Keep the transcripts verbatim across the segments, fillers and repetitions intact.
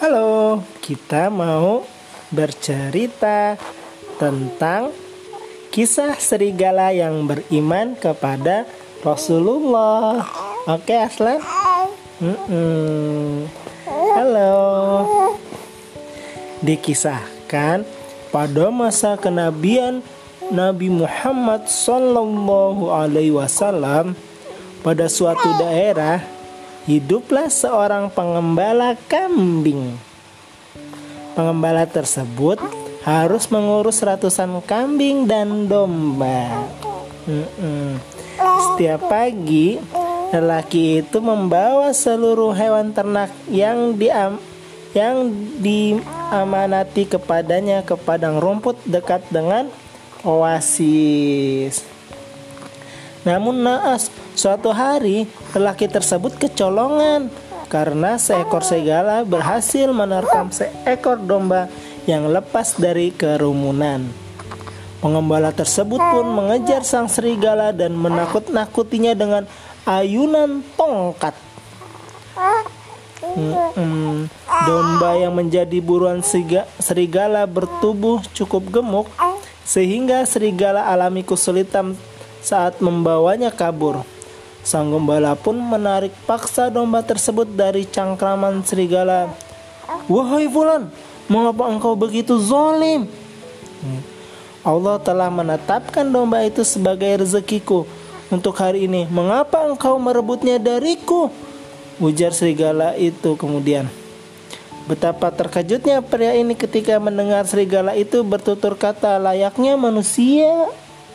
Halo, kita mau bercerita tentang kisah serigala yang beriman kepada Rasulullah. Oke, Aslan? Mm-mm. Halo. Dikisahkan pada masa kenabian Nabi Muhammad Sallallahu Alaihi Wasallam, pada suatu daerah hiduplah seorang pengembala kambing. Pengembala tersebut harus mengurus ratusan kambing dan domba. Mm-mm. Setiap pagi, lelaki itu membawa seluruh hewan ternak yang diam yang diamanati kepadanya ke padang rumput dekat dengan oasis. Namun naas, suatu hari lelaki tersebut kecolongan karena seekor serigala berhasil menerkam seekor domba yang lepas dari kerumunan. Pengembala tersebut pun mengejar sang serigala dan menakut-nakutinya dengan ayunan tongkat. Hmm, domba yang menjadi buruan serigala bertubuh cukup gemuk sehingga serigala alami kesulitan saat membawanya kabur. Sang gembala pun menarik paksa domba tersebut dari cangkraman serigala. "Wahai fulan, mengapa engkau begitu zalim? Allah telah menetapkan domba itu sebagai rezekiku untuk hari ini. Mengapa engkau merebutnya dariku?" ujar serigala itu kemudian. Betapa terkejutnya pria ini ketika mendengar serigala itu bertutur kata layaknya manusia.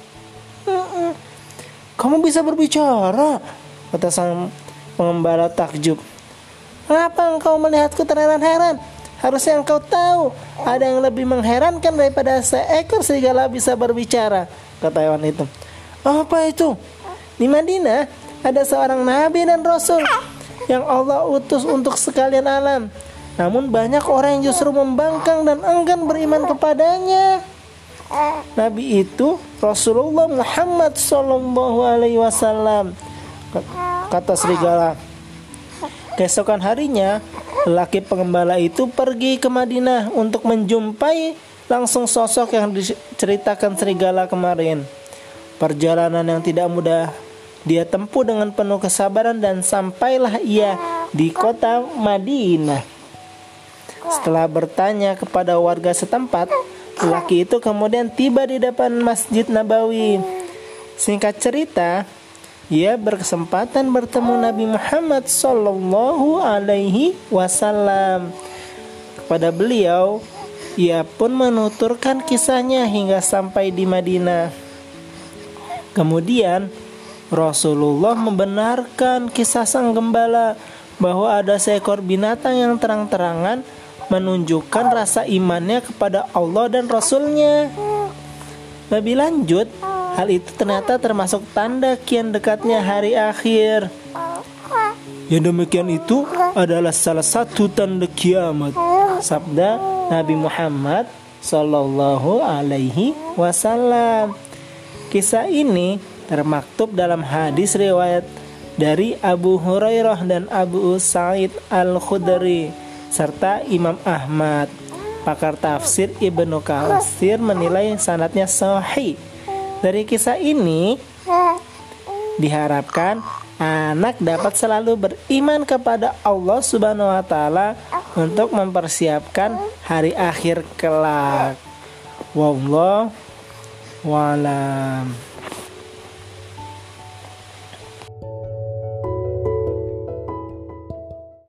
"Kamu bisa berbicara?" kata sang pengembala takjub. "Mengapa engkau melihatku terheran-heran? Harusnya engkau tahu ada yang lebih mengherankan daripada seekor serigala bisa berbicara," kata hewan itu. "Apa itu?" "Di Madinah ada seorang nabi dan rasul yang Allah utus untuk sekalian alam. Namun banyak orang yang justru membangkang dan enggan beriman kepadanya. Nabi itu Rasulullah Muhammad Sallallahu Alaihi Wasallam," kata serigala. Keesokan harinya, lelaki pengembala itu pergi ke Madinah untuk menjumpai langsung sosok yang diceritakan serigala kemarin. Perjalanan yang tidak mudah dia tempuh dengan penuh kesabaran dan sampailah ia di kota Madinah. Setelah bertanya kepada warga setempat, lelaki itu kemudian tiba di depan Masjid Nabawi. Singkat cerita, ia berkesempatan bertemu Nabi Muhammad Sallallahu Alaihi Wasallam. Kepada beliau, ia pun menuturkan kisahnya hingga sampai di Madinah. Kemudian Rasulullah membenarkan kisah sang gembala bahwa ada seekor binatang yang terang-terangan menunjukkan rasa imannya kepada Allah dan Rasulnya. Lebih lanjut, hal itu ternyata termasuk tanda kian dekatnya hari akhir. Yang demikian itu adalah salah satu tanda kiamat, sabda Nabi Muhammad Sallallahu Alaihi Wasallam. Kisah ini termaktub dalam hadis riwayat dari Abu Hurairah dan Abu Sa'id Al-Khudri serta Imam Ahmad. Pakar tafsir Ibnu Katsir menilai sanadnya sahih. Dari kisah ini diharapkan anak dapat selalu beriman kepada Allah Subhanahu wa taala untuk mempersiapkan hari akhir kelak. Wallahu a'lam.